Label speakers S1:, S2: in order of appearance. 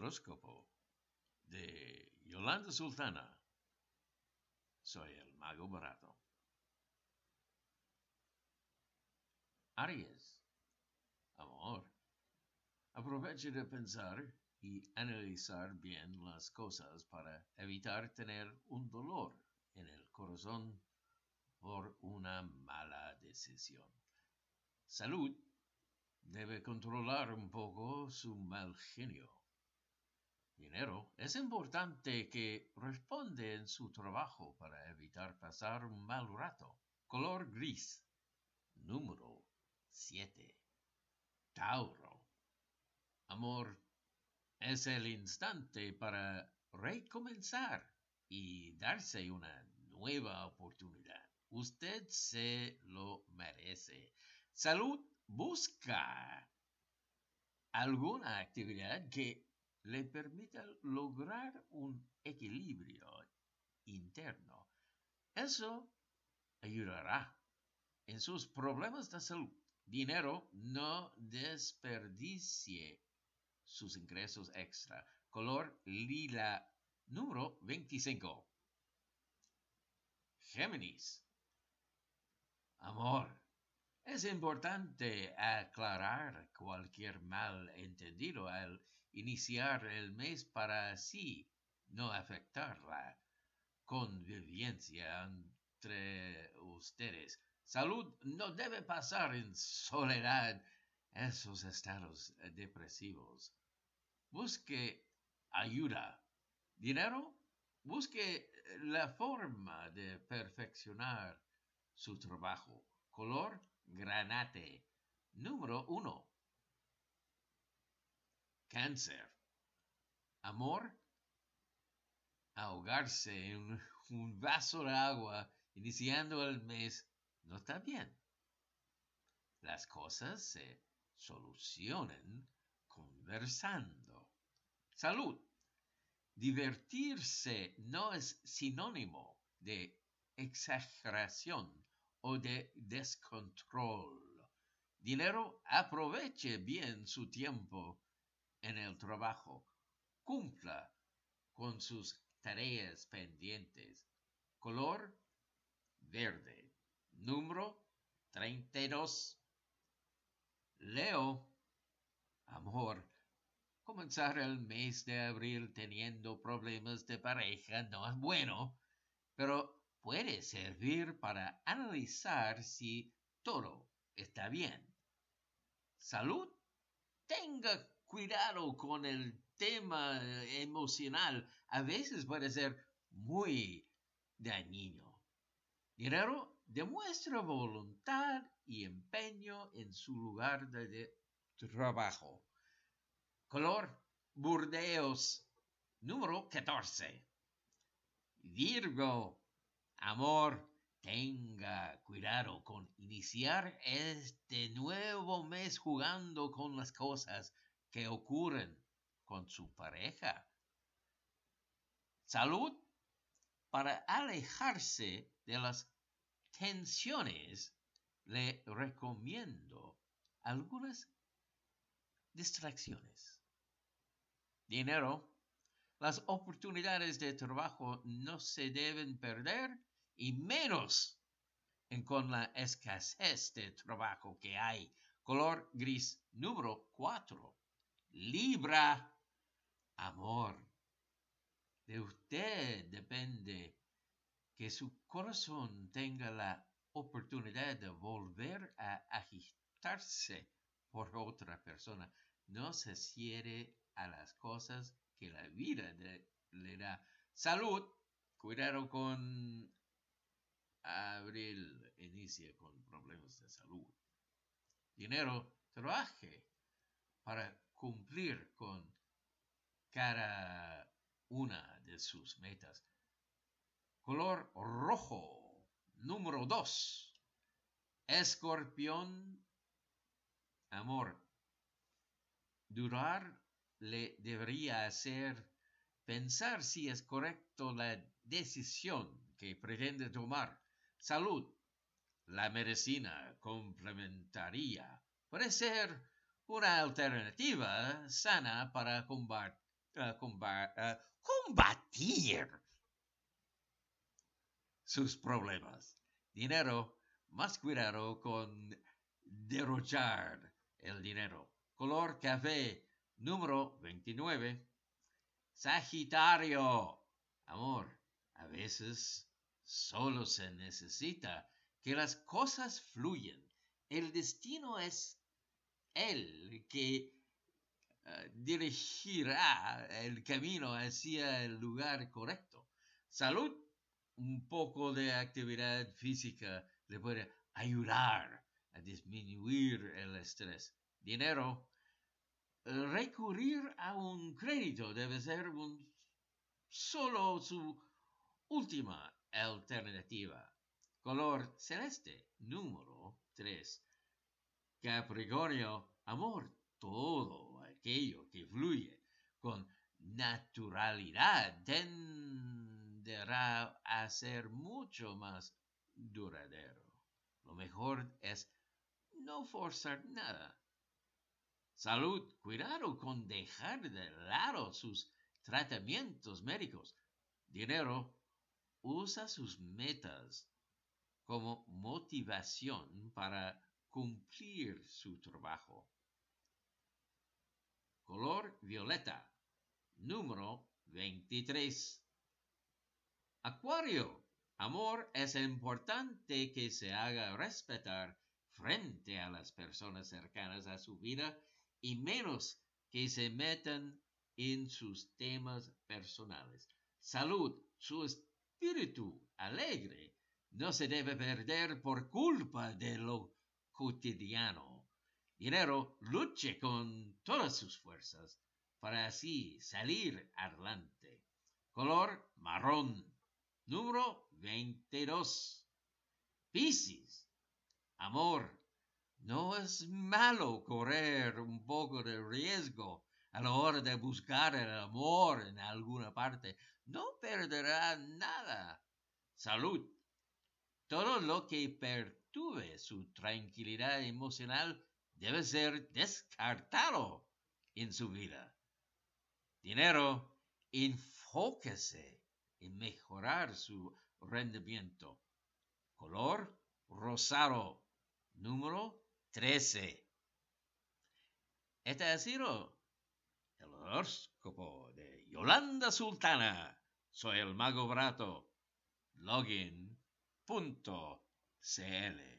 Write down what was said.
S1: horóscopo de Yolanda Sultana. Soy el mago barato. Aries, amor. Aproveche de pensar y analizar bien las cosas para evitar tener un dolor en el corazón por una mala decisión. Salud. Debe controlar un poco su mal genio. Dinero. Es importante que responda en su trabajo para evitar pasar un mal rato. Color gris. Número 7. Tauro. Amor. Es el instante para recomenzar y darse una nueva oportunidad. Usted se lo merece. Salud. Busca alguna actividad que le permita lograr un equilibrio interno. Eso ayudará en sus problemas de salud. Dinero. No desperdicie sus ingresos extra. Color lila. Número 25. Géminis. Amor. Es importante aclarar cualquier malentendido al iniciar el mes para así no afectar la convivencia entre ustedes. Salud. No debe pasar en soledad esos estados depresivos. Busque ayuda. Dinero. Busque la forma de perfeccionar su trabajo. Color granate. Número 1. Cáncer. Amor. Ahogarse en un vaso de agua iniciando el mes no está bien. Las cosas se solucionan conversando. Salud. Divertirse no es sinónimo de exageración o de descontrol. Dinero. Aproveche bien su tiempo en el trabajo. Cumpla con sus tareas pendientes. Color verde. Número 32. Leo. Amor. Comenzar el mes de abril teniendo problemas de pareja no es bueno, pero puede servir para analizar si todo está bien. Salud. Tenga cuidado con el tema emocional. A veces puede ser muy dañino. Dinero. Demuestra voluntad y empeño en su lugar de trabajo. Color burdeos. Número 14. Virgo. Amor. Tenga cuidado con iniciar este nuevo mes jugando con las cosas que ocurren con su pareja. Salud. Para alejarse de las tensiones, le recomiendo algunas distracciones. Dinero. Las oportunidades de trabajo no se deben perder, y menos con la escasez de trabajo que hay. Color gris. Número 4. Libra. Amor. De usted depende que su corazón tenga la oportunidad de volver a agitarse por otra persona. No se cierre a las cosas que la vida le da. Salud. Cuidado con abril. Inicia con problemas de salud. Dinero. Trabaje para cumplir con cada una de sus metas. Color rojo. Número 2. Escorpión. Amor. Dudar le debería hacer pensar si es correcto la decisión que pretende tomar. Salud. La medicina complementaria puede ser una alternativa sana para combatir combatir sus problemas. Dinero, más cuidado con derrochar el dinero. Color café, número 29. Sagitario, amor, a veces solo se necesita que las cosas fluyan. El destino es el que dirigirá el camino hacia el lugar correcto. Salud, un poco de actividad física le puede ayudar a disminuir el estrés. Dinero, recurrir a un crédito debe ser solo su última alternativa. Color celeste, número 3. Capricornio, amor, todo aquello que fluye con naturalidad tenderá a ser mucho más duradero. Lo mejor es no forzar nada. Salud, cuidado con dejar de lado sus tratamientos médicos. Dinero, usa sus metas como motivación para cumplir su trabajo. Color violeta, número 23. Acuario, amor, es importante que se haga respetar frente a las personas cercanas a su vida y menos que se metan en sus temas personales. Salud, su espíritu alegre no se debe perder por culpa de lo cotidiano. Dinero, luche con todas sus fuerzas para así salir adelante. Color marrón, número 22. Piscis, amor, no es malo correr un poco de riesgo a la hora de buscar el amor en alguna parte. No perderá nada. Salud, todo lo que perturbe su tranquilidad emocional debe ser descartado en su vida. Dinero, enfóquese en mejorar su rendimiento. Color rosado, número 13. Este ha sido el horóscopo de Yolanda Sultana. Soy el Mago Brato. Login.cl